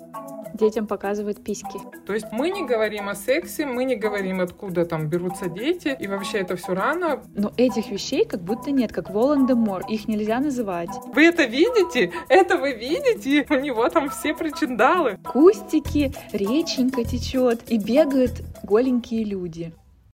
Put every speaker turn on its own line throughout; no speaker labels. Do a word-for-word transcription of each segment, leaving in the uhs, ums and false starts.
Детям показывают письки.
То есть мы не говорим о сексе, мы не говорим, откуда там берутся дети, и вообще это все рано.
Но этих вещей как будто нет, как Волан-де-Мор. Их нельзя называть.
Вы это видите? Это вы видите? У него там все причиндалы.
Кустики, реченька течет, и бегают голенькие люди.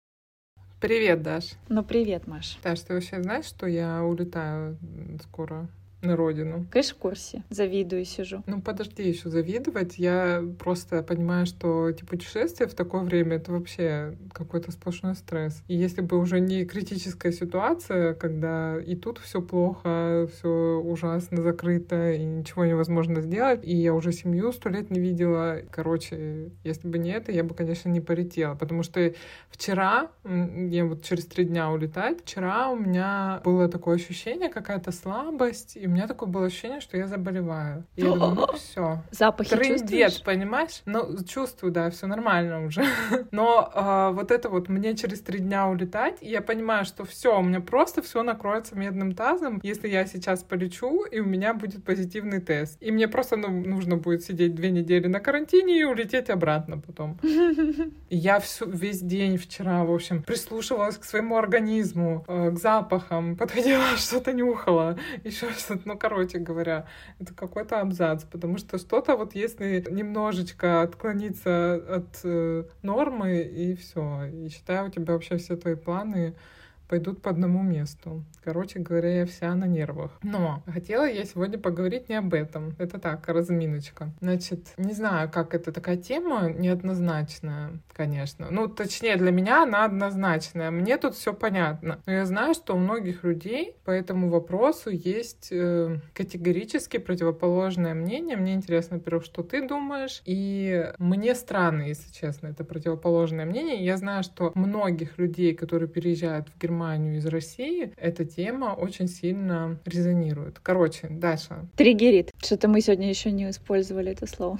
Привет, Даш.
Ну, привет, Маш.
Даш, ты вообще знаешь, что я улетаю скоро на родину?
Конечно, в курсе. Завидую, сижу.
Ну, подожди еще завидовать. Я просто понимаю, что эти путешествия в такое время — это вообще какой-то сплошной стресс. И если бы уже не критическая ситуация, когда и тут все плохо, все ужасно закрыто, и ничего невозможно сделать, и я уже семью сто лет не видела. Короче, если бы не это, я бы, конечно, не полетела. Потому что вчера, я вот через три дня улетать, вчера у меня было такое ощущение, какая-то слабость, и у меня такое было ощущение, что я заболеваю. И я думаю, ну все.
Запахи
Трындец,
чувствуешь?
понимаешь? Ну, чувствую, да, все нормально уже. Но э, вот это вот мне через три дня улетать, и я понимаю, что все, у меня просто все накроется медным тазом, если я сейчас полечу, и у меня будет позитивный тест. И мне просто ну, нужно будет сидеть две недели на карантине и улететь обратно потом. И я всю, весь день вчера, в общем, прислушивалась к своему организму, э, к запахам, подходила, что-то нюхала, еще что-то. Ну, короче говоря, это какой-то абзац, потому что что-то вот если немножечко отклониться от э, нормы, и все. И считаю, у тебя вообще все твои планы пойдут по одному месту. Короче говоря, я вся на нервах. Но хотела я сегодня поговорить не об этом. Это так, разминочка. Значит, не знаю, как это такая тема неоднозначная, конечно. Ну, точнее, для меня она однозначная. Мне тут все понятно. Но я знаю, что у многих людей по этому вопросу есть э, категорически противоположное мнение. Мне интересно, во-первых, что ты думаешь. И мне странно, если честно, это противоположное мнение. Я знаю, что многих людей, которые переезжают в Германию из России, эта тема очень сильно резонирует. Короче, Даша.
Триггерит. Что-то мы сегодня еще не использовали это слово.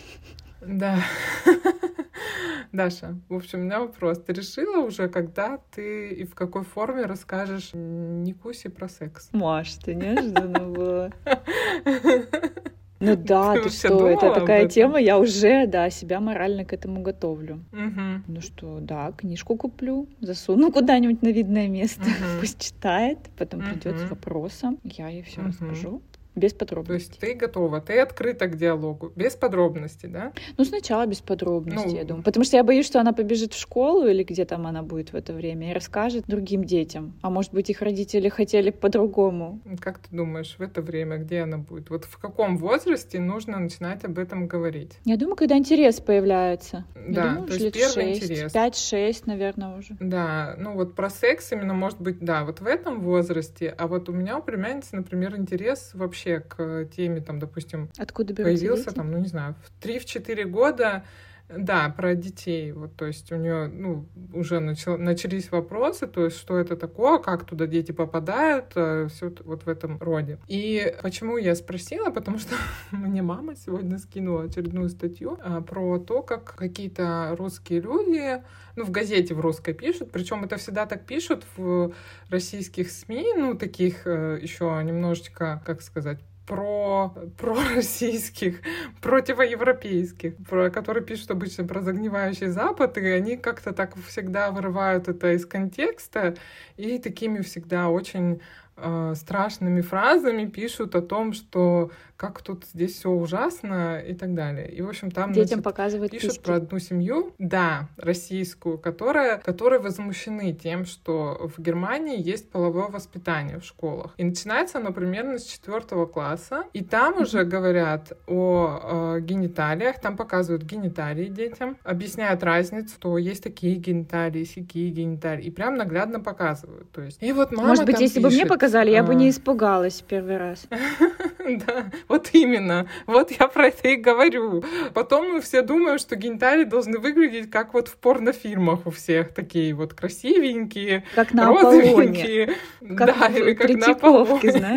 Да. Даша, в общем, у меня вопрос. Ты решила уже, когда ты и в какой форме расскажешь Никусе про секс?
Маш, ты неожиданно было. Ну да,
Ты
ты
вообще
что,
думала
это
об
такая
этом?
тема, я уже, да, себя морально к этому готовлю.
Мгм.
Ну что, да, книжку куплю, засуну куда-нибудь на видное место,
Мгм.
пусть читает, потом придет с
Мгм.
вопросом, я ей все
Мгм.
расскажу. Без
То есть
подробностей.
ты готова, ты открыта к диалогу, без подробностей, да?
Ну, сначала без подробностей,
Ну,
я думаю. Потому что я боюсь, что она побежит в школу или где там она будет в это время и расскажет другим детям. А может быть, их родители хотели по-другому.
Как ты думаешь, в это время, где она будет? Вот в каком возрасте нужно начинать об этом говорить?
Я думаю, когда интерес появляется. Я
Да,
думаю,
то
уж
есть
лет
первый
шесть,
интерес.
пять-шесть, наверное, уже.
Да, ну вот про секс именно, может быть, да, вот в этом возрасте. А вот у меня у племянницы, например, интерес вообще к теме, там, допустим,
Откуда берутся
появился,
дети?
там, ну, не знаю, в три-четыре года, да, про детей. Вот, то есть у нее, ну, уже начал, начались вопросы, то есть что это такое, как туда дети попадают, все вот в этом роде. И почему я спросила? Потому что мне мама сегодня скинула очередную статью а, про то, как какие-то русские люди, ну, в газете в русской пишут, причем это всегда так пишут в российских СМИ, ну, таких э, еще немножечко, как сказать, про пророссийских, противоевропейских, про которые пишут обычно про загнивающий Запад, и они как-то так всегда вырывают это из контекста и такими всегда очень э, страшными фразами пишут о том, что как тут здесь все ужасно и так далее. И, в общем, там,
Детям
значит,
показывают
пишут
письки.
про одну семью, да, российскую, которая, которые возмущены тем, что в Германии есть половое воспитание в школах. И начинается оно примерно с четвертого класса, и там уже говорят о э, гениталиях, там показывают гениталии детям, объясняют разницу, что есть такие гениталии, сякие гениталии, и прям наглядно показывают. То есть, и вот мама
Может быть,
там
если бы мне
пишет,
показали, я бы
а,
не испугалась в первый раз.
Да, вот именно. Вот я про это и говорю. Потом мы все думаем, что гениталии должны выглядеть как вот в порнофильмах у всех. Такие вот красивенькие,
Как на Аполлоне.
розовенькие.
Как
Да,
в
или как на
Третьяковке,
Аполлоне.
знаешь?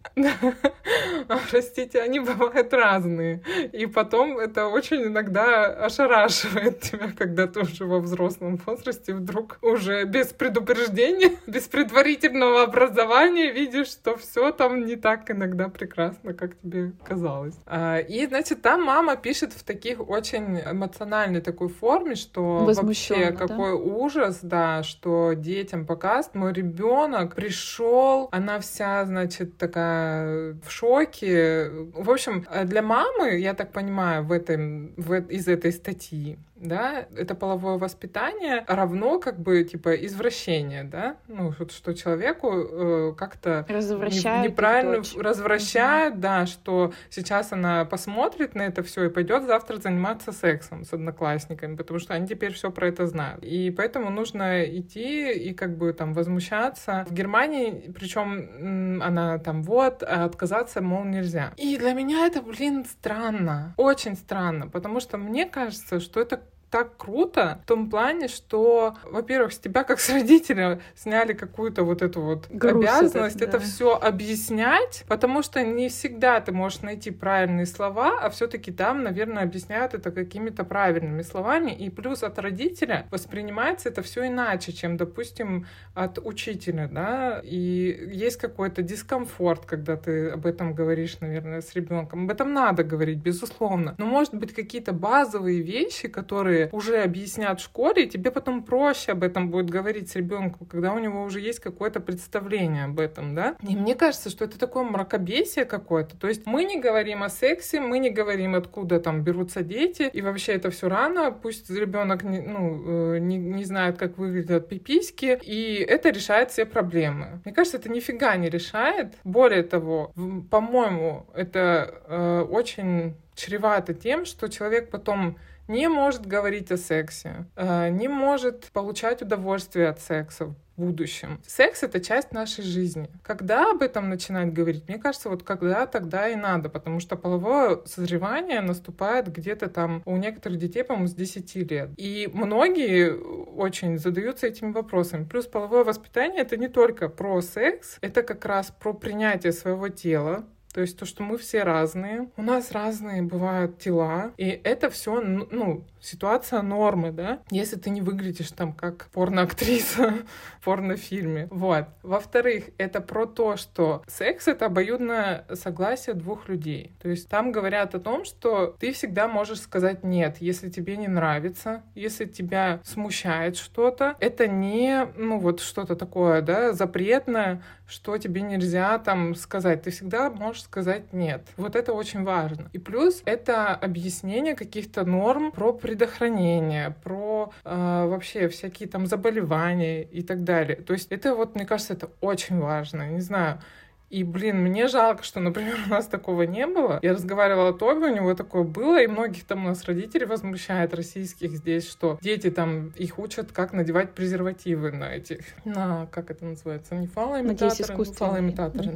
Простите, они бывают разные. И потом это очень иногда ошарашивает тебя, когда ты уже во взрослом возрасте вдруг уже без предупреждения, без предварительного образования видишь, что все там не так иногда прекрасно, как тебе казалось. И, значит, там мама пишет в таких очень эмоциональной такой форме, что вообще какой да? ужас, да, что детям показывают. Мой ребенок пришел, она вся, значит, такая в шоке. В общем, для мамы, я так понимаю, в этом, в, из этой статьи, да, это половое воспитание равно как бы типа извращение, да, ну вот что человеку э, как-то не, неправильно развращает, угу. да, что сейчас она посмотрит на это все и пойдет завтра заниматься сексом с одноклассниками, потому что они теперь все про это знают, и поэтому нужно идти и как бы там возмущаться. В Германии, причем она там вот отказаться мол нельзя. И для меня это, блин, странно, очень странно, потому что мне кажется, что это так круто в том плане, что, во-первых, с тебя как с родителя сняли какую-то вот эту вот груз обязанность этот, да. это все объяснять, потому что не всегда ты можешь найти правильные слова, а все-таки там, наверное, объясняют это какими-то правильными словами, и плюс от родителя воспринимается это все иначе, чем, допустим, от учителя, да, и есть какой-то дискомфорт, когда ты об этом говоришь, наверное, с ребенком. Об этом надо говорить, безусловно, но, может быть, какие-то базовые вещи, которые уже объяснят в школе, и тебе потом проще об этом будет говорить с ребенком, когда у него уже есть какое-то представление об этом, да? И мне кажется, что это такое мракобесие какое-то. То есть мы не говорим о сексе, мы не говорим, откуда там берутся дети, и вообще это все рано, пусть ребенок не, ну, не, не знает, как выглядят пиписьки, и это решает все проблемы. Мне кажется, это нифига не решает. Более того, по-моему, это э, очень чревато тем, что человек потом не может говорить о сексе, не может получать удовольствие от секса в будущем. Секс — это часть нашей жизни. Когда об этом начинать говорить? Мне кажется, вот когда, тогда и надо, потому что половое созревание наступает где-то там у некоторых детей, по-моему, с десяти лет. И многие очень задаются этими вопросами. Плюс половое воспитание — это не только про секс, это как раз про принятие своего тела. То есть то, что мы все разные, у нас разные бывают тела, и это все, ну, ситуация нормы, да? Если ты не выглядишь там как порноактриса в порнофильме. Вот. Во-вторых, это про то, что секс — это обоюдное согласие двух людей. То есть там говорят о том, что ты всегда можешь сказать «нет», если тебе не нравится, если тебя смущает что-то. Это не, ну, вот что-то такое, да, запретное, что тебе нельзя там сказать. Ты всегда можешь сказать «нет». Вот это очень важно. И плюс это объяснение каких-то норм про предохранение, про э, вообще всякие там заболевания и так далее. То есть это вот, мне кажется, это очень важно. Не знаю. И, блин, мне жалко, что, например, у нас такого не было. Я разговаривала с Тоби, у него такое было, и многих там у нас родителей возмущает российских здесь, что дети там, их учат, как надевать презервативы на этих, на, как это называется, не фалоимитаторы, фалоимитаторы,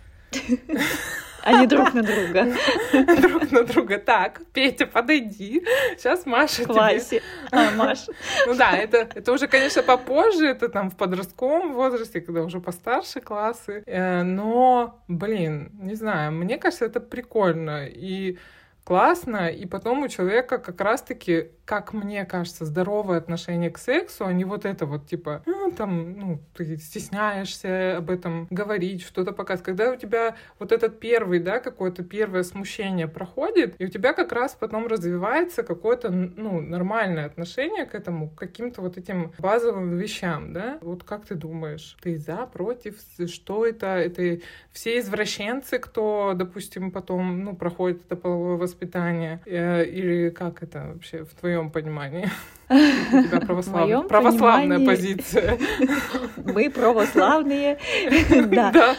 да.
Они друг на друга.
Друг на друга. Так, Петя, подойди. Сейчас Маша
Классе.
тебе...
А, Маша.
Ну да, это, это уже, конечно, попозже, это там в подростковом возрасте, когда уже постарше классы. Но, блин, не знаю, мне кажется, это прикольно и классно, и потом у человека как раз-таки, как мне кажется, здоровое отношение к сексу, а не вот это вот, типа, ну, там, ну, ты стесняешься об этом говорить, что-то показывать. Когда у тебя вот этот первый, да, какое-то первое смущение проходит, и у тебя как раз потом развивается какое-то, ну, нормальное отношение к этому, к каким-то вот этим базовым вещам, да? Вот как ты думаешь, ты за, против, что это? Это все извращенцы, кто, допустим, потом, ну, проходит это половое воспитание, или как это вообще в твоем понимании? У тебя православ... православная понимании... позиция.
Мы православные. Да.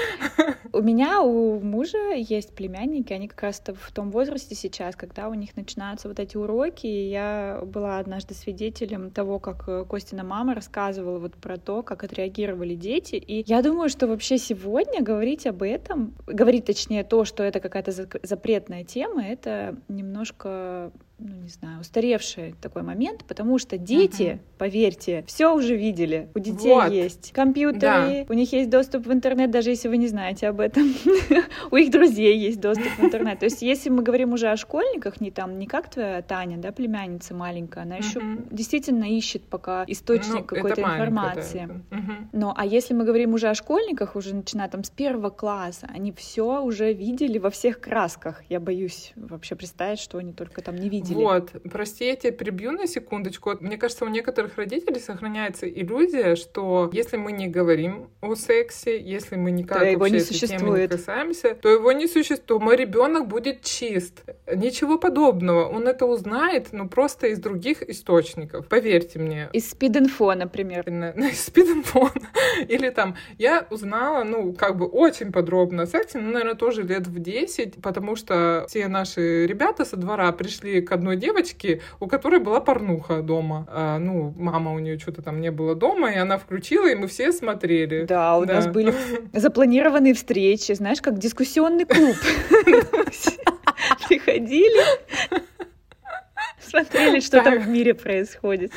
У меня, у мужа есть племянники, они как раз в том возрасте сейчас, когда у них начинаются вот эти уроки, и я была однажды свидетелем того, как Костина мама рассказывала вот про то, как отреагировали дети, и я думаю, что вообще сегодня говорить об этом, говорить точнее то, что это какая-то запретная тема, это немножко ну, не знаю, устаревший такой момент, потому что дети, uh-huh. поверьте, все уже видели. У детей вот. Есть компьютеры, да. у них есть доступ в интернет, даже если вы не знаете об этом. У их друзей есть доступ в интернет. То есть если мы говорим уже о школьниках, не там, не как твоя Таня, да, племянница маленькая, она еще uh-huh. действительно ищет пока источник ну, какой-то информации. Да, uh-huh. Но а если мы говорим уже о школьниках, уже начиная там с первого класса, они все уже видели во всех красках. Я боюсь вообще представить, что они только там не видели.
Вот, прости, я тебя перебью на секундочку. Мне кажется, у некоторых родителей сохраняется иллюзия, что если мы не говорим о сексе, если мы никак
то
вообще
не
этой темы не касаемся, то его не существует. Мой ребенок будет чист. Ничего подобного. Он это узнает, но просто из других источников. Поверьте мне.
Из спид-инфо, например.
Из спид-инфо. Или там, я узнала, ну, как бы очень подробно о сексе, ну, наверное, тоже лет в десять, потому что все наши ребята со двора пришли к одной девочке, у которой была порнуха дома. А, ну, мама у нее что-то там не было дома, и она включила, и мы все смотрели.
Да, у да. нас были запланированные встречи, знаешь, как дискуссионный клуб. Приходили, смотрели, что там в мире происходит.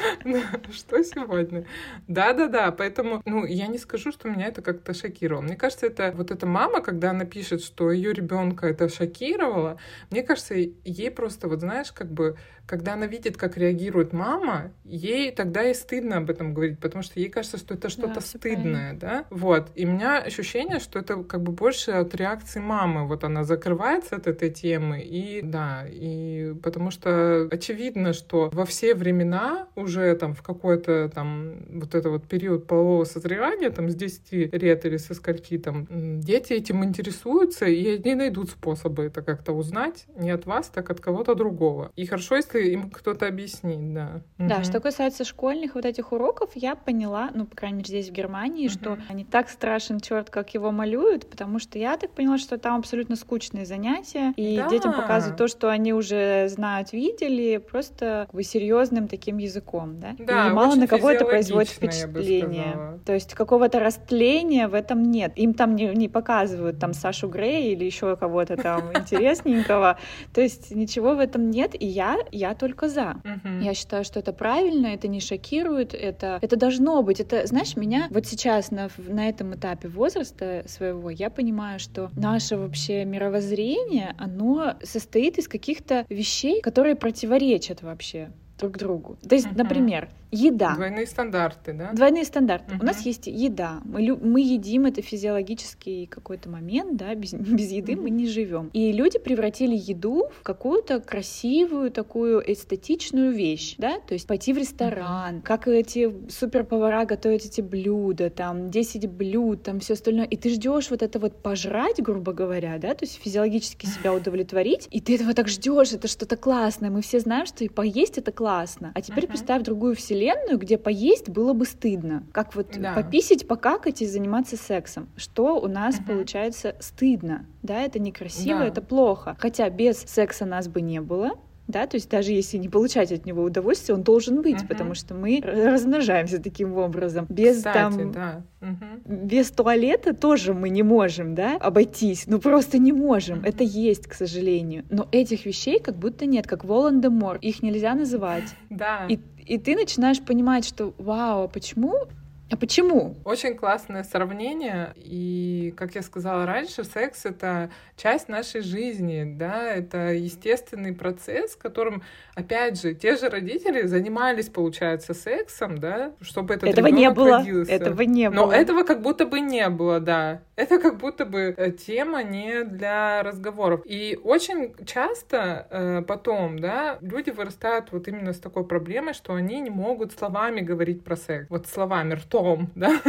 Что сегодня? Да-да-да, поэтому, ну, я не скажу, что меня это как-то шокировало. Мне кажется, это вот эта мама, когда она пишет, что ее ребенка это шокировало, мне кажется, ей просто, вот знаешь, как бы, когда она видит, как реагирует мама, ей тогда и стыдно об этом говорить, потому что ей кажется, что это что-то да, стыдное, да? Вот. И у меня ощущение, что это как бы больше от реакции мамы. Вот она закрывается от этой темы, и да, и потому что очевидно, что во все времена уже там в какой-то там вот это вот период полового созревания, там с десяти лет или со скольки там, дети этим интересуются, и они найдут способы это как-то узнать не от вас, так от кого-то другого. И хорошо, если им кто-то объяснит, да.
Да,
угу.
Что касается школьных вот этих уроков, я поняла, ну, по крайней мере, здесь в Германии, угу. что не так страшен черт, как его малюют, потому что я так поняла, что там абсолютно скучные занятия, и да. детям показывают то, что они уже знают, видели, просто как бы серьезным таким языком, да?
Да,
и мало на кого это производит впечатление. То есть какого-то растления в этом нет. Им там не, не показывают там Сашу Грей или еще кого-то там интересненького. То есть ничего в этом нет, и я, я только за. Uh-huh. Я считаю, что это правильно, это не шокирует, это, это должно быть. Это, знаешь, меня вот сейчас на, на этом этапе возраста своего я понимаю, что наше вообще мировоззрение, оно состоит из каких-то вещей, которые противоречат вообще друг другу. То есть, uh-huh. например, еда.
Двойные стандарты, да?
Двойные стандарты.
Uh-huh.
У нас есть еда. Мы, лю- мы едим, это физиологический какой-то момент, да, без, без еды uh-huh. мы не живем. И люди превратили еду в какую-то красивую, такую эстетичную вещь, да, то есть пойти в ресторан, uh-huh. как эти суперповара готовят эти блюда, там, десять блюд, там, все остальное, и ты ждешь вот это вот пожрать, грубо говоря, да, то есть физиологически себя удовлетворить, и ты этого так ждешь, это что-то классное, мы все знаем, что и поесть это классно. Классно. А теперь uh-huh. представь другую вселенную, где поесть было бы стыдно. Как вот да. пописить, покакать и заниматься сексом. Что у нас uh-huh. получается стыдно. Да, это некрасиво, да. это плохо. Хотя без секса нас бы не было. Да, то есть даже если не получать от него удовольствие, он должен быть, uh-huh. потому что мы размножаемся таким образом. Без,
Кстати,
там,
да. uh-huh.
без туалета тоже мы не можем, да, обойтись. Ну просто не можем. Uh-huh. Это есть, к сожалению. Но этих вещей как будто нет, как Волан-де-Мор. Их нельзя называть.
Да.
И, и ты начинаешь понимать, что вау, а почему? А почему?
Очень классное сравнение. И, как я сказала раньше, секс — это часть нашей жизни, да, это естественный процесс, которым, опять же, те же родители занимались, получается, сексом, да, чтобы этот
этого
ребенок
не было.
родился.
Этого не
Но
было.
этого как будто бы не было, да. Это как будто бы тема не для разговоров. И очень часто э, потом, да, люди вырастают вот именно с такой проблемой, что они не могут словами говорить про секс. Вот словами, ртом, да,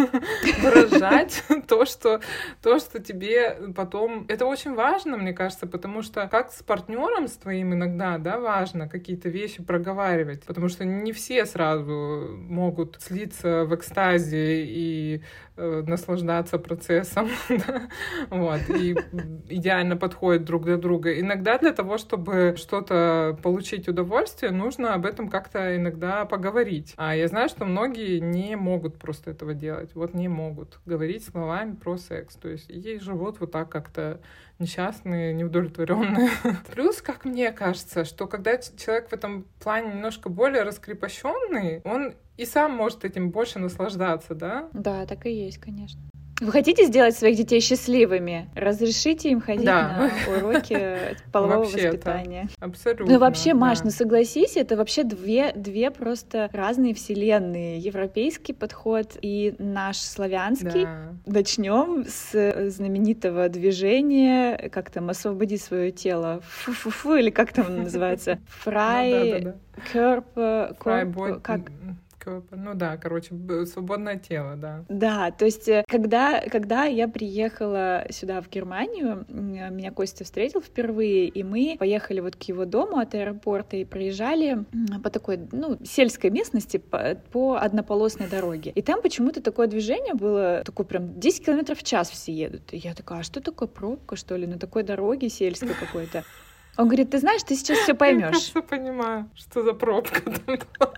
выражать то, что то, что тебе потом... Это очень важно, мне кажется, потому что как с партнером с твоим иногда, да, важно какие-то вещи проговаривать, потому что не все сразу могут слиться в экстазе и э, наслаждаться процессом вот, и идеально подходят друг для друга. Иногда для того, чтобы что-то получить удовольствие, нужно об этом как-то иногда поговорить. А я знаю, что многие не могут просто этого делать. Вот не могут говорить словами про секс. То есть ей живут вот так как-то несчастные, неудовлетворенные. Плюс, как мне кажется, что когда человек в этом плане немножко более раскрепощенный, он и сам может этим больше наслаждаться, да?
Да, так и есть, конечно. Вы хотите сделать своих детей счастливыми? Разрешите им ходить да. на уроки полового воспитания.
Абсолютно.
Ну вообще, Маш,
да.
ну согласись, это вообще две, две просто разные вселенные. Европейский подход и наш славянский. Да. Начнем с знаменитого движения, как там, освободи свое тело. Фу-фу-фу, или как там называется? Фрай, Körper, как...
Ну да, короче, свободное тело, да.
Да, то есть когда, когда я приехала сюда, в Германию, меня Костя встретил впервые, и мы поехали вот к его дому от аэропорта и проезжали по такой, ну, сельской местности по, по однополосной дороге. И там почему-то такое движение было, такое прям десять километров в час все едут. И я такая, а что такое пробка, что ли, на такой дороге сельской какой-то? Он говорит, ты знаешь, ты сейчас все поймешь.
Я понимаю, что за пробка там.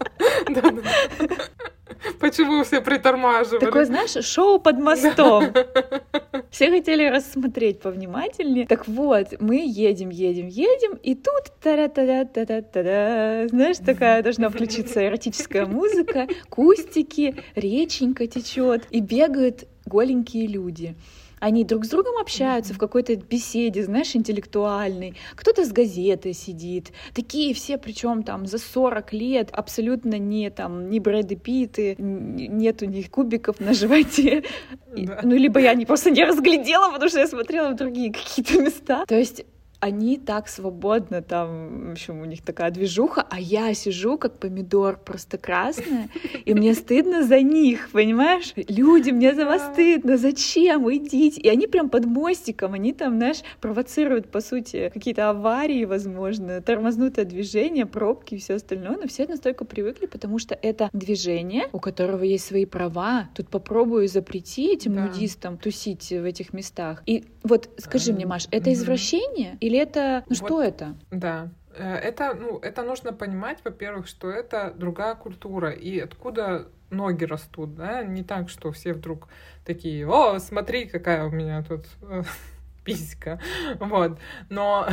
Почему все притормаживали?
Такое, знаешь, шоу под мостом. Все хотели рассмотреть повнимательнее. Так вот, мы едем, едем, едем, и тут та-да-та-да-та-да-та-да. Знаешь, такая должна включиться эротическая музыка, кустики, реченька течет, и бегают голенькие люди. Они друг с другом общаются mm-hmm. в какой-то беседе, знаешь, интеллектуальной. Кто-то с газетой сидит. Такие все, причем там за сорок лет, абсолютно не там ни Брэда Питты, нет у них кубиков на животе. Mm-hmm. Ну, либо я не просто не разглядела, потому что я смотрела в другие какие-то места. То есть они так свободно там, в общем, у них такая движуха, а я сижу как помидор, просто красная, и мне стыдно за них, понимаешь? Люди, мне за вас стыдно, зачем? Идите. И они прям под мостиком, они там, знаешь, провоцируют, по сути, какие-то аварии, возможно, тормознутое движение, пробки и все остальное, но все настолько привыкли, потому что это движение, у которого есть свои права. Тут попробую запрети этим да. нудистам тусить в этих местах. И вот скажи мне, Маш, это извращение? Или это... Ну, вот, что это?
Да. Это, ну, это нужно понимать, во-первых, что это другая культура, и откуда ноги растут, да? Не так, что все вдруг такие, о, смотри, какая у меня тут писька, вот. Но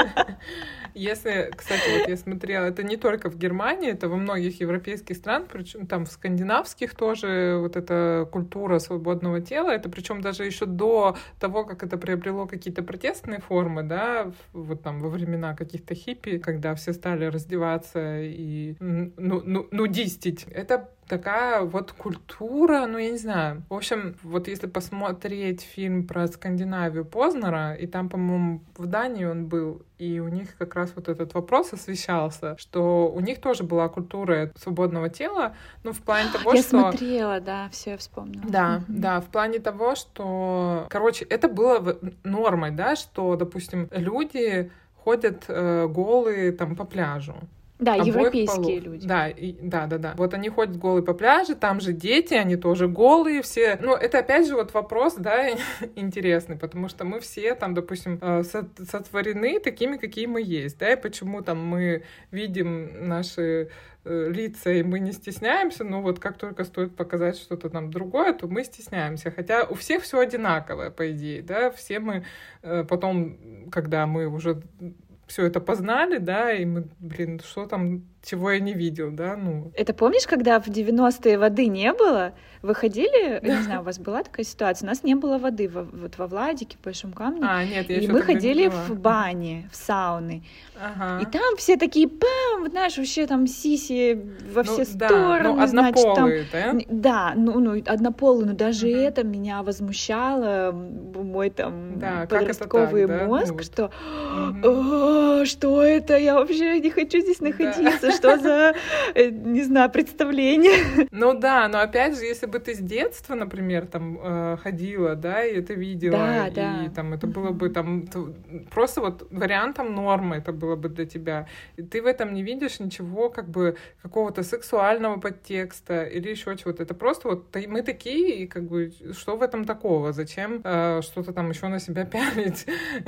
если, кстати, вот я смотрела, это не только в Германии, это во многих европейских странах, причем там в скандинавских тоже вот эта культура свободного тела, это причем даже еще до того, как это приобрело какие-то протестные формы, да, вот там во времена каких-то хиппи, когда все стали раздеваться и ну, ну, нудистить. Это такая вот культура, ну, я не знаю. В общем, вот если посмотреть фильм про Скандинавию Познера, и там, по-моему, в Дании он был, и у них как раз вот этот вопрос освещался, что у них тоже была культура свободного тела, ну, в плане того,
я
что...
Я смотрела, да, все я вспомнила.
Да, mm-hmm. да, в плане того, что... Короче, это было нормой, да, что, допустим, люди ходят э, голые там по пляжу.
Да, европейские полов. Люди.
Да, и, да, да, да. Вот они ходят голые по пляжу, там же дети, они тоже голые все. Ну, это опять же вот вопрос, да, интересный, потому что мы все там, допустим, сотворены такими, какие мы есть, да, и почему там мы видим наши лица, и мы не стесняемся, но вот как только стоит показать что-то там другое, то мы стесняемся. Хотя у всех все одинаковое, по идее, да, все мы потом, когда мы уже все это познали, да, и мы, блин, что там, чего я не видел, да, ну.
Это помнишь, когда в девяностые воды не было? Вы ходили, да. Не знаю, у вас была такая ситуация? У нас не было воды во, вот во Владике, в Большом Камне.
А, нет, я
и мы ходили в бани, в сауны.
Ага.
И там все такие, пам, знаешь, вообще там сиси во все
ну,
стороны.
Да, ну, однополые,
значит, там, да? Да, ну, ну однополые, но даже uh-huh. это меня возмущало, мой там
да,
подростковый
так, да?
мозг,
ну, вот.
что
uh-huh.
что это, я вообще не хочу здесь находиться, что за, не знаю, представление.
Ну да, но опять же, если бы ты с детства, например, там ходила, да, и это видела,
да,
и
да.
там это было бы там просто вот вариантом нормы это было бы для тебя. И ты в этом не видишь ничего как бы какого-то сексуального подтекста или еще чего-то. Это просто вот мы такие, и как бы что в этом такого? Зачем э, что-то там еще на себя пялить?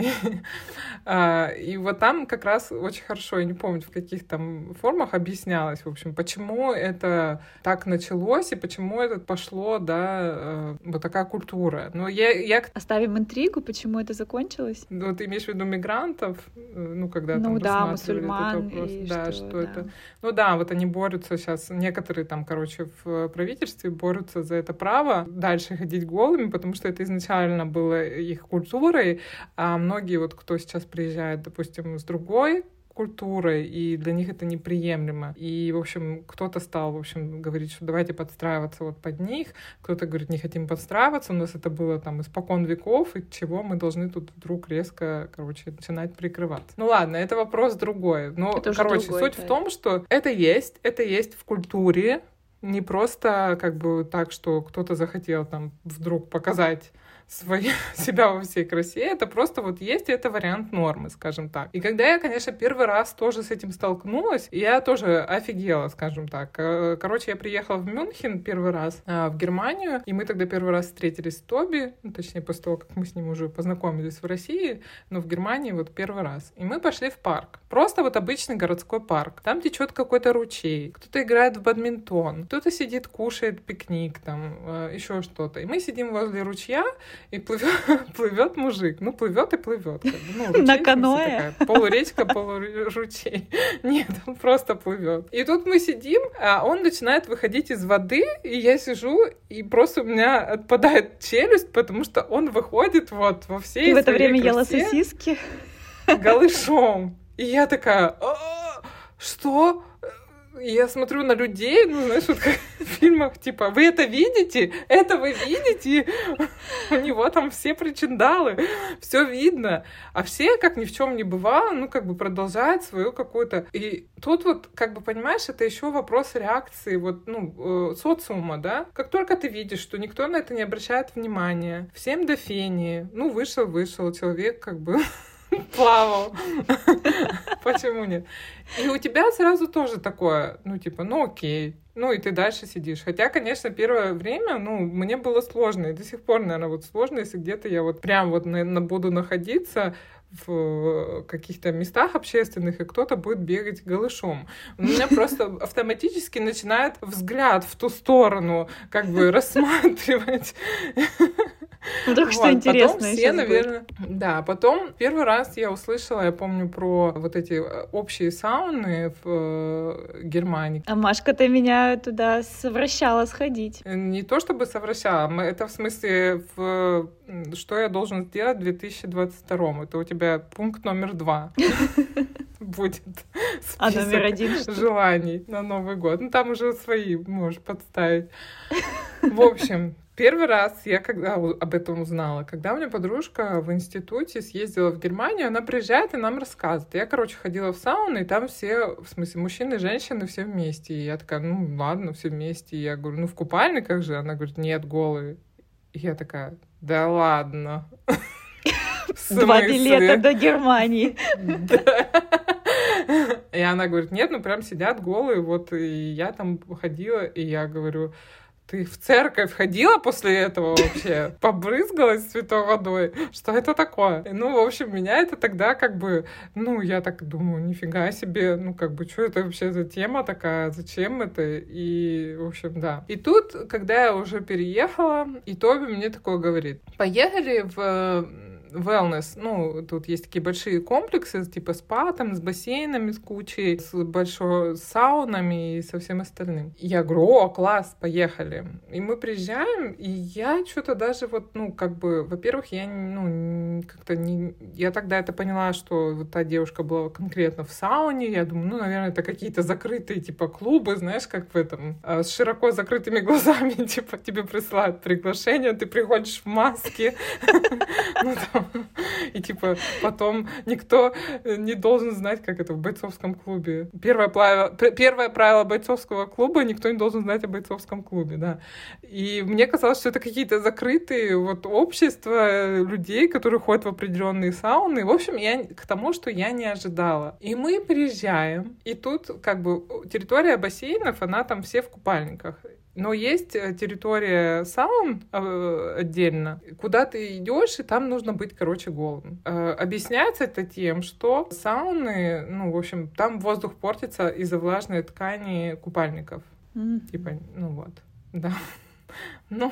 И вот там как раз очень хорошо, я не помню, в каких там формах объяснялось, в общем, почему это так началось и почему это пошло, да, вот такая культура. Но я, я...
Оставим интригу, почему это закончилось?
Ну, ты имеешь в виду мигрантов? Ну, когда
ну,
там
да, мусульман.
Этот вопрос.
И
да,
что,
что
да.
это... Ну да, вот они борются сейчас, некоторые там, короче, в правительстве борются за это право дальше ходить голыми, потому что это изначально было их культурой, а многие вот, кто сейчас приезжает, допустим, с другой культурой, и для них это неприемлемо. И, в общем, кто-то стал, в общем, говорить, что давайте подстраиваться вот под них, кто-то говорит, не хотим подстраиваться, у нас это было там испокон веков, и чего мы должны тут вдруг резко, короче, начинать прикрываться. Ну ладно, это вопрос другой. Но,
это
короче,
другой,
суть
да.
в том, что это есть, это есть в культуре, не просто как бы так, что кто-то захотел там вдруг показать свои, себя во всей красе, это просто вот есть, и это вариант нормы, скажем так. И когда я, конечно, первый раз тоже с этим столкнулась, я тоже офигела, скажем так. Короче, я приехала в Мюнхен первый раз, в Германию, и мы тогда первый раз встретились с Тоби, ну, точнее, после того, как мы с ним уже познакомились в России, но в Германии вот первый раз. И мы пошли в парк. Просто вот обычный городской парк. Там течет какой-то ручей, кто-то играет в бадминтон, кто-то сидит, кушает пикник, там, еще что-то. И мы сидим возле ручья, и плывет, плывет мужик. Ну, плывет и плывет. Как бы. Ну, ручей,
на каноэ?
Такая, полуречка, полуручей. Нет, он просто плывет. И тут мы сидим, а он начинает выходить из воды, и я сижу, и просто у меня отпадает челюсть, потому что он выходит вот во всей
Ты в это время
красе,
ела сосиски?
Голышом. И я такая, что? И я смотрю на людей, ну, знаешь, вот как в фильмах, типа, вы это видите? Это вы видите? У него там все причиндалы, все видно. А все, как ни в чем не бывало, ну, как бы продолжают свою какую-то... И тут вот, как бы, понимаешь, это еще вопрос реакции, вот, ну, э, социума, да? Как только ты видишь, что никто на это не обращает внимания, всем до фени, ну, вышел-вышел, человек, как бы... плавал. Почему нет? И у тебя сразу тоже такое, ну, типа, ну, окей. Ну, и ты дальше сидишь. Хотя, конечно, первое время, ну, мне было сложно. И до сих пор, наверное, вот сложно, если где-то я вот прям вот на, на, буду находиться в каких-то местах общественных, и кто-то будет бегать голышом. У меня просто автоматически начинает взгляд в ту сторону как бы рассматривать.
Ну, так что интересно.
Потом все, наверное... Да, потом первый раз я услышала, я помню, про вот эти общие сауны в Германии.
А Машка-то меня туда совращала сходить.
Не то чтобы совращала, это в смысле, в... что я должен сделать в две тысячи двадцать втором. Это у тебя пункт номер два будет.
А номер один
желаний на Новый год. Ну, там уже свои можешь подставить. В общем... Первый раз я когда об этом узнала, когда у меня подружка в институте съездила в Германию, она приезжает и нам рассказывает. Я, короче, ходила в сауну, и там все, в смысле, мужчины и женщины все вместе. И я такая, ну ладно, все вместе. И я говорю, ну в купальниках же? Она говорит, нет, голые. И я такая, да ладно.
Два билета до Германии.
И она говорит, нет, ну прям сидят голые, вот, и я там ходила, и я говорю... Ты в церковь ходила после этого вообще? Побрызгалась святой водой? Что это такое? Ну, в общем, меня это тогда как бы... Ну, я так думаю, нифига себе. Ну, как бы, что это вообще за тема такая? Зачем это? И, в общем, да. И тут, когда я уже переехала, и Тоби мне такое говорит. Поехали в... wellness, ну, тут есть такие большие комплексы, типа спа, там, с бассейнами, с кучей, с большой саунами и со всем остальным. И я говорю, о, класс, поехали. И мы приезжаем, и я что-то даже вот, ну, как бы, во-первых, я, ну, как-то не... Я тогда это поняла, что вот та девушка была конкретно в сауне, я думаю, ну, наверное, это какие-то закрытые, типа, клубы, знаешь, как в этом, с широко закрытыми глазами, типа, тебе присылают приглашение, ты приходишь в маске, ну, там, И типа потом никто не должен знать, как это в бойцовском клубе. Первое правило, первое правило бойцовского клуба — никто не должен знать о бойцовском клубе, да. И мне казалось, что это какие-то закрытые вот общества людей, которые ходят в определенные сауны. В общем, я к тому, что я не ожидала. И мы приезжаем, и тут как бы территория бассейнов, она там все в купальниках. Но есть территория саун э, отдельно, куда ты идешь, и там нужно быть, короче, голым. Э, объясняется это тем, что сауны, ну, в общем, там воздух портится из-за влажной ткани купальников. Mm. Типа, ну вот, да. Ну,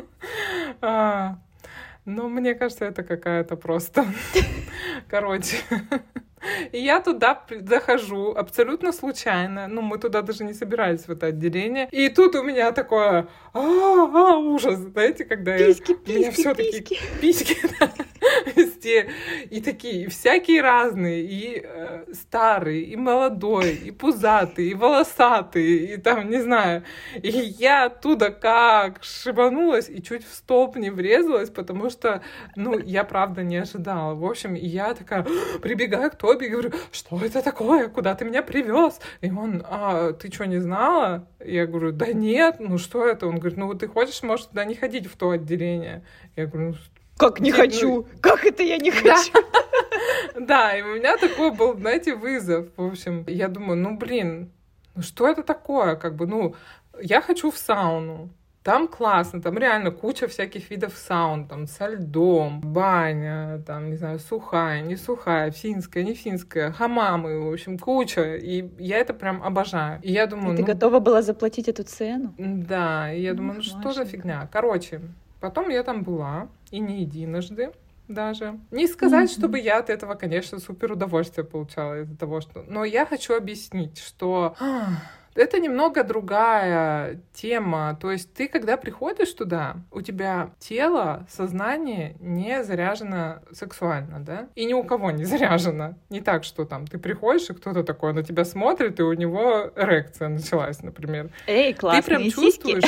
а, ну, мне кажется, это какая-то просто... Короче... И я туда захожу абсолютно случайно. Ну, мы туда даже не собирались, в это отделение. И тут у меня такое а-а-а, ужас, знаете, когда
писки,
я...
писки,
у меня все
писки.
такие писки, да, везде. И такие, всякие разные. И э, старый, и молодой, и пузатый, и волосатый, и там, не знаю. И я оттуда как шибанулась и чуть в столб не врезалась, потому что, ну, я правда не ожидала. В общем, я такая прибегаю к Тоби и говорю: что это такое? Куда ты меня привез? И он: а ты что, не знала? Я говорю: да нет, ну что это? Он говорит: ну вот ты хочешь, можешь туда не ходить, в то отделение. Я говорю: ну,
как не хочу? Как это я не хочу?
Да, и у меня такой был, знаете, вызов. В общем, я думаю, ну блин, ну что это такое? Как бы, ну, я хочу в сауну. Там классно, там реально куча всяких видов саун, там со льдом, баня, там, не знаю, сухая, не сухая, финская, не финская, хамамы, в общем, куча. И я это прям обожаю. И я думаю,
и ты
ну...
готова была заплатить эту цену?
Да, и я думаю, ну что за фигня? Короче, потом я там была, и не единожды даже. Не сказать, mm-hmm. чтобы я от этого, конечно, супер удовольствие получала из-за того, что... Но я хочу объяснить, что... Это немного другая тема. То есть ты, когда приходишь туда, у тебя тело, сознание не заряжено сексуально, да? И ни у кого не заряжено. Не так, что там ты приходишь, и кто-то такой на тебя смотрит, и у него эрекция началась, например.
Эй, классные
ты прям чувствуешь...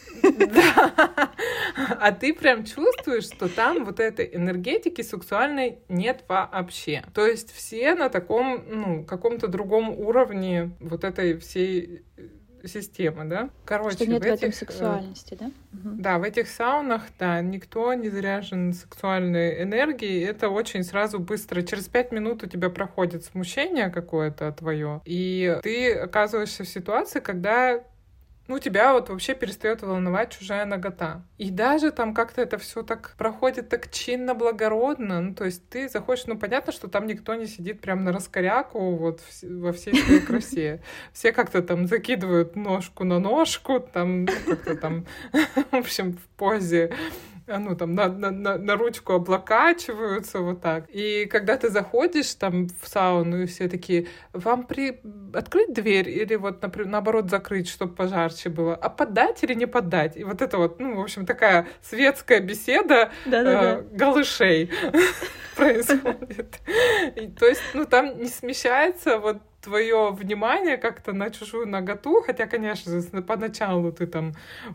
Да. А ты прям чувствуешь, что там вот этой энергетики сексуальной нет вообще. То есть все на таком, ну, каком-то другом уровне вот этой всей системы, да? Короче,
что нет в,
в этих,
этом сексуальности, да?
Да, в этих саунах, да, никто не заряжен сексуальной энергией. Это очень сразу быстро. Через пять минут у тебя проходит смущение какое-то твое, и ты оказываешься в ситуации, когда ну, тебя вот вообще перестает волновать чужая нагота. И даже там как-то это все так проходит так чинно, благородно. Ну, то есть ты заходишь, ну, понятно, что там никто не сидит прям на раскоряку вот во всей своей красе. Все как-то там закидывают ножку на ножку, там как-то там, в общем, в позе, ну, там, на, на, на ручку облокачиваются, вот так. И когда ты заходишь там в сауну, и все такие: вам при... открыть дверь или вот, например, наоборот, закрыть, чтобы пожарче было, а поддать или не поддать? И вот это вот, ну, в общем, такая светская беседа э, голышей происходит. И, то есть, ну, там не смещается вот твое внимание как-то на чужую наготу, хотя, конечно же, поначалу ты там,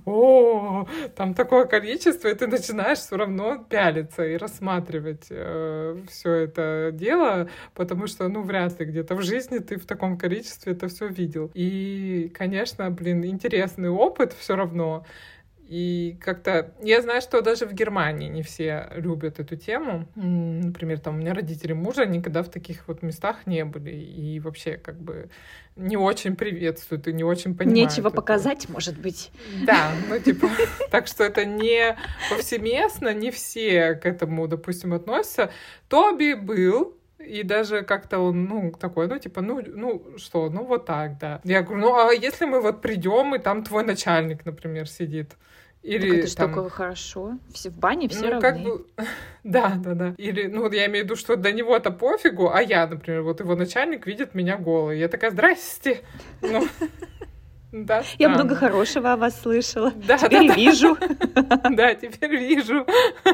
о, там такое количество, и ты начинаешь все равно пялиться и рассматривать э, все это дело, потому что, ну, вряд ли где-то в жизни ты в таком количестве это все видел. И, конечно, блин, интересный опыт все равно. И как-то... Я знаю, что даже в Германии не все любят эту тему. Например, там у меня родители мужа никогда в таких вот местах не были. И вообще как бы не очень приветствуют и не очень понимают.
Нечего
это.
показать, может быть.
Да, ну типа... Так что это не повсеместно, не все к этому, допустим, относятся. Тоби был... И даже как-то он, ну, такой, ну, типа, ну, ну, что, ну, вот так, да. Я говорю, ну, а если мы вот придем, и там твой начальник, например, сидит? Или
так это же
там...
такое хорошо. Все в бане, все
ну,
равны.
Как бы... Да, да, да. Или, ну, я имею в виду, что до него-то пофигу, а я, например, вот его начальник видит меня голой. Я такая: здрасте. Ну... Да,
я много хорошего о вас слышала.
Да,
теперь
да,
вижу.
Да, теперь вижу.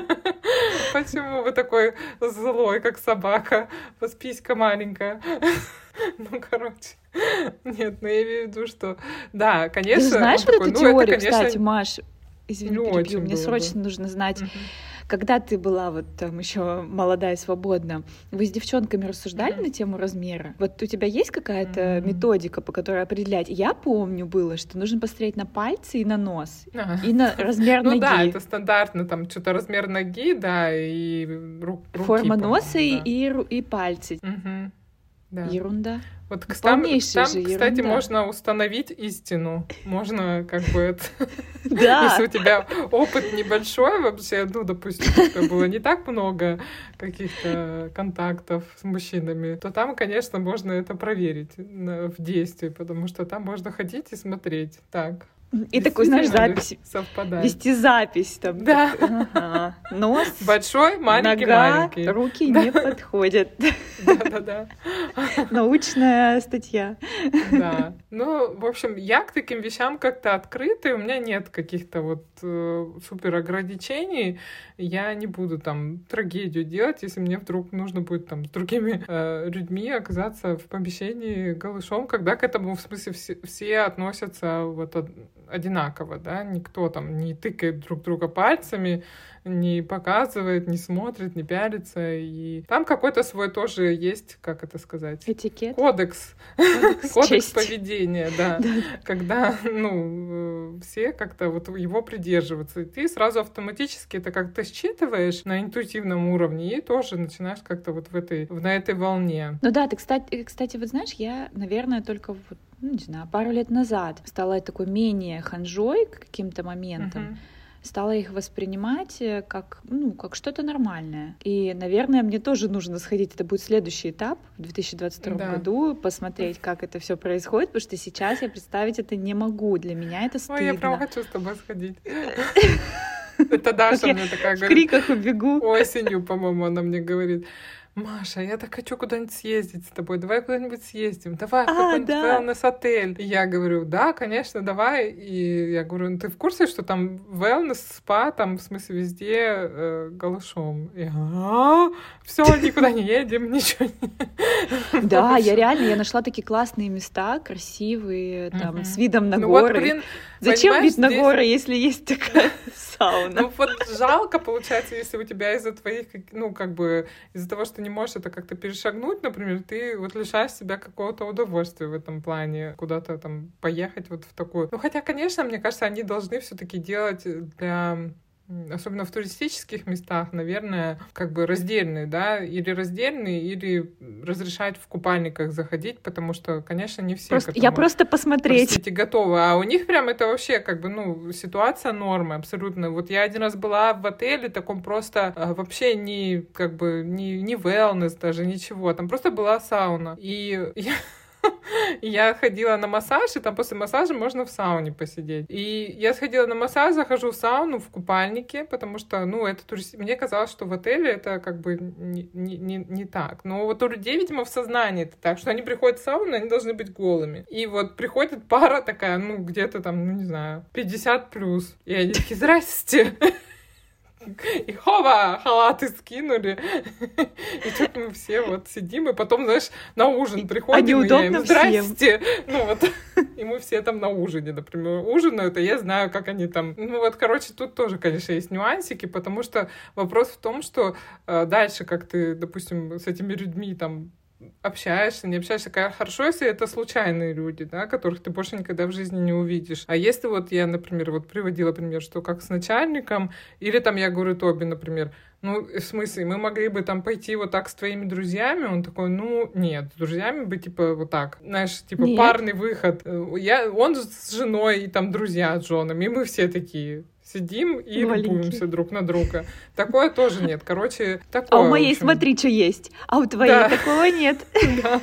Почему вы такой злой, как собака? У вас писька маленькая. Ну, короче. Нет, ну я имею в виду, что... Да, конечно...
Ты знаешь вот
такой,
эту
ну,
теорию,
это, конечно,
кстати, Маш? Извини, перебью, мне срочно бы. нужно знать. Uh-huh. когда ты была вот там еще молодая и свободна, вы с девчонками рассуждали mm-hmm. на тему размера? Вот у тебя есть какая-то mm-hmm. методика, по которой определять? Я помню было, что нужно посмотреть на пальцы и на нос, а. и на размер ноги.
Ну да, это стандартно, там что-то размер ноги, да, и рук, руки.
Форма носа
да.
и, и, и пальцы.
Угу. Да.
Ерунда.
Вот там, там
же
кстати,
ерунда.
можно установить истину. Можно как бы это...
Да.
Если у тебя опыт небольшой вообще, ну, допустим, у тебя было не так много каких-то контактов с мужчинами, то там, конечно, можно это проверить в действии, потому что там можно ходить и смотреть. Так.
И такой, знаешь, запись.
Совпадает.
Вести запись там.
Да.
Так, ага. Нос.
Большой, маленький,
нога,
маленький.
Руки да. не подходят.
Да-да-да.
Научная статья.
Да. Ну, в общем, я к таким вещам как-то открыта, у меня нет каких-то вот э, супер ограничений. Я не буду там трагедию делать, если мне вдруг нужно будет там с другими э, людьми оказаться в помещении голышом, когда к этому, в смысле, все, все относятся вот от, одинаково, да, никто там не тыкает друг друга пальцами, не показывает, не смотрит, не пялится, и там какой-то свой тоже есть, как это сказать?
Этикет.
Кодекс.
Кодекс,
Кодекс поведения, да. Когда, ну, все как-то вот его придерживаются, и ты сразу автоматически это как-то считываешь на интуитивном уровне и тоже начинаешь как-то вот в этой, на этой волне.
Ну да, ты, кстати, кстати, вот знаешь, я, наверное, только вот, ну, не знаю, пару лет назад стала такой менее ханжой к каким-то моментам, uh-huh. стала их воспринимать как, ну, как что-то нормальное. И, наверное, мне тоже нужно сходить, это будет следующий этап в две тысячи двадцать втором да. году, посмотреть, как это все происходит, потому что сейчас я представить это не могу, для меня это стыдно.
Ой, я прям хочу с тобой сходить. Это Даша мне такая говорит.
В криках убегу.
Осенью, по-моему, она мне говорит: Маша, я так хочу куда-нибудь съездить с тобой, давай куда-нибудь съездим, давай в а, какой-нибудь да. wellness-отель. И я говорю: да, конечно, давай. И я говорю: ну ты в курсе, что там wellness, спа, там, в смысле, везде э, голышом? И я: все, никуда не едем, ничего не...
Да, я реально, я нашла такие классные места, красивые, там, с видом на горы. Зачем вид на горы, если есть такая сауна?
Ну вот жалко, получается, если у тебя из-за твоих, ну, как бы, из-за того, что не можешь это как-то перешагнуть, например, ты вот лишаешь себя какого-то удовольствия в этом плане, куда-то там поехать вот в такую... Ну, хотя, конечно, мне кажется, они должны все-таки делать для... особенно в туристических местах, наверное, как бы раздельные, да, или раздельные, или разрешать в купальниках заходить, потому что, конечно, не все
просто,
к этому,
я просто посмотреть.
простите, готовы. А у них прям это вообще как бы, ну, ситуация нормы абсолютно. Вот я один раз была в отеле таком просто вообще не, как бы, не, не wellness даже, ничего. Там просто была сауна. И я... Я ходила на массаж, и там после массажа можно в сауне посидеть. И я сходила на массаж, захожу в сауну в купальнике, потому что, ну, это турист... Мне казалось, что в отеле это как бы не, не, не так. Но вот у людей, видимо, в сознании это так, что они приходят в сауну, они должны быть голыми. И вот приходит пара такая, ну, где-то там, ну, не знаю, пятьдесят плюс. И они такие: здрасте! И хова, халаты скинули. И тут мы все вот сидим, и потом, знаешь, на ужин приходим,
а
и я им: здрасте.
Всем.
Ну вот, и мы все там на ужине, например, ужинают, и я знаю, как они там... Ну вот, короче, тут тоже, конечно, есть нюансики, потому что вопрос в том, что э, дальше, как ты, допустим, с этими людьми там общаешься, не общаешься. Хорошо, если это случайные люди, да, которых ты больше никогда в жизни не увидишь. А если вот я, например, вот приводила пример, что как с начальником, или там я говорю Тоби, например, ну, в смысле, мы могли бы там пойти вот так с твоими друзьями? Он такой: ну, нет, с друзьями бы, типа, вот так, знаешь, типа, нет. Парный выход. Я, он с женой, и там друзья с женами, и мы все такие... Сидим и любуемся друг на друга. Такое тоже нет. Короче, такое.
А у моей, смотри, что есть. А у твоей да. такого нет.
Да.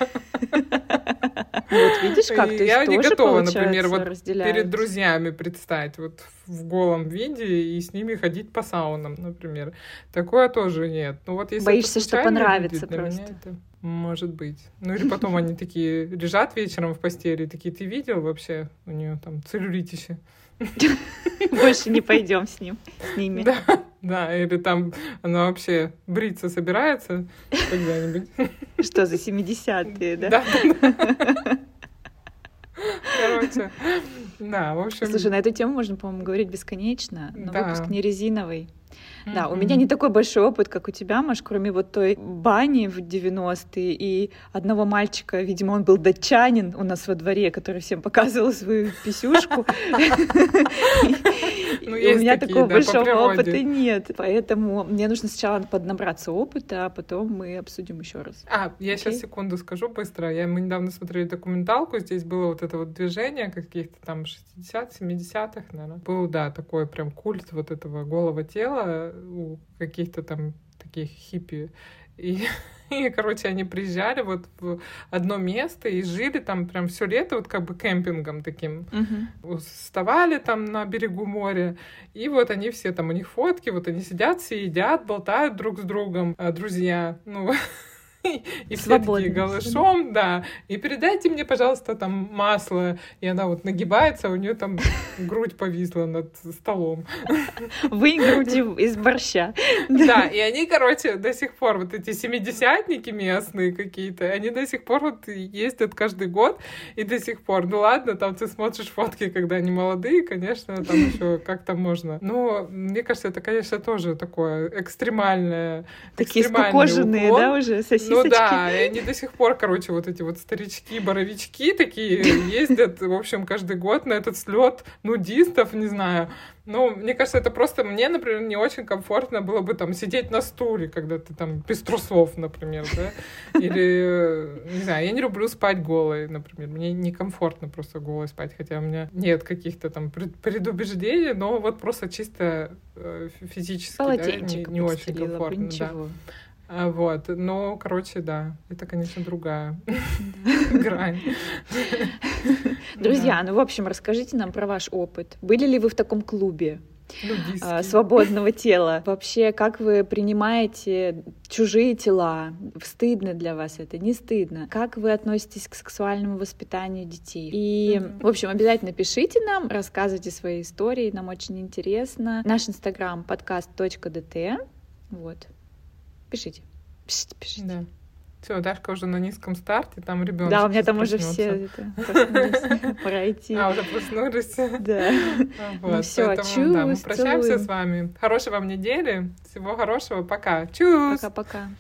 Вот видишь, как ты
я
тоже,
не готова, например, вот
разделяют.
Перед друзьями предстать вот в голом виде и с ними ходить по саунам, например. Такое тоже нет. Ну вот если
боишься, что понравится люди, просто.
Это... Может быть. Ну или потом они такие лежат вечером в постели, такие: ты видел вообще? У нее там целлюлитище.
Больше не пойдем с ним, с ними.
Да, да, или там она вообще бриться собирается когда-нибудь.
Что за семидесятые, да?
Да. Короче, да, в общем...
Слушай, на эту тему можно, по-моему, говорить бесконечно, но да. Выпуск не резиновый. Да, у меня не такой большой опыт, как у тебя, Маш, кроме вот той бани в девяностые и одного мальчика, видимо, он был датчанин у нас во дворе, который всем показывал свою писюшку. У меня такого большого опыта нет, поэтому мне нужно сначала поднабраться опыта, а потом мы обсудим еще раз.
А, я сейчас секунду скажу быстро. Я, мы недавно смотрели документалку, здесь было вот это вот движение каких-то там шестидесятых, семидесятых, наверное. Был, да, такой прям культ вот этого голого тела у каких-то там таких хиппи. И, и, короче, они приезжали вот в одно место и жили там прям все лето вот как бы кемпингом таким. Uh-huh. Вставали там на берегу моря, и вот они все там, у них фотки, вот они сидят, все едят, болтают друг с другом, друзья, ну... И все такие голышом, да. И передайте мне, пожалуйста, там масло. И она вот нагибается, у нее там грудь повисла над столом.
Вынь грудь из борща.
Да, и они, короче, до сих пор, вот эти семидесятники местные какие-то, они до сих пор вот ездят каждый год, и до сих пор, ну ладно, там ты смотришь фотки, когда они молодые, конечно, там еще как-то можно. Но мне кажется, это, конечно, тоже такое экстремальное.
Такие скукоженные, да, уже сосиски.
Ну да, и они до сих пор, короче, вот эти вот старички-боровички такие ездят, в общем, каждый год на этот слет нудистов, не знаю. Ну, мне кажется, это просто мне, например, не очень комфортно было бы там сидеть на стуле, когда ты там без трусов, например, да, или, не знаю, я не люблю спать голой, например, мне некомфортно просто голой спать, хотя у меня нет каких-то там предубеждений, но вот просто чисто физически, да, не, не очень комфортно, да. Вот, но, короче, да, это, конечно, другая грань.
Друзья, ну, в общем, расскажите нам про ваш опыт. Были ли вы в таком клубе свободного тела? Вообще, как вы принимаете чужие тела? Стыдно для вас это? Не стыдно? Как вы относитесь к сексуальному воспитанию детей? И, mm-hmm. в общем, обязательно пишите нам, рассказывайте свои истории, нам очень интересно. Наш инстаграм подкаст точка ди ти. Вот. Пишите. Пишите, пишите.
Да. Все, Дашка уже на низком старте, там ребенок.
Да, у меня там уже все это, пройти.
А, уже проснулись.
Да.
Вот, ну все, чус, да, мы прощаемся целуем. С вами. Хорошей вам недели. Всего хорошего. Пока. Чус.
Пока-пока.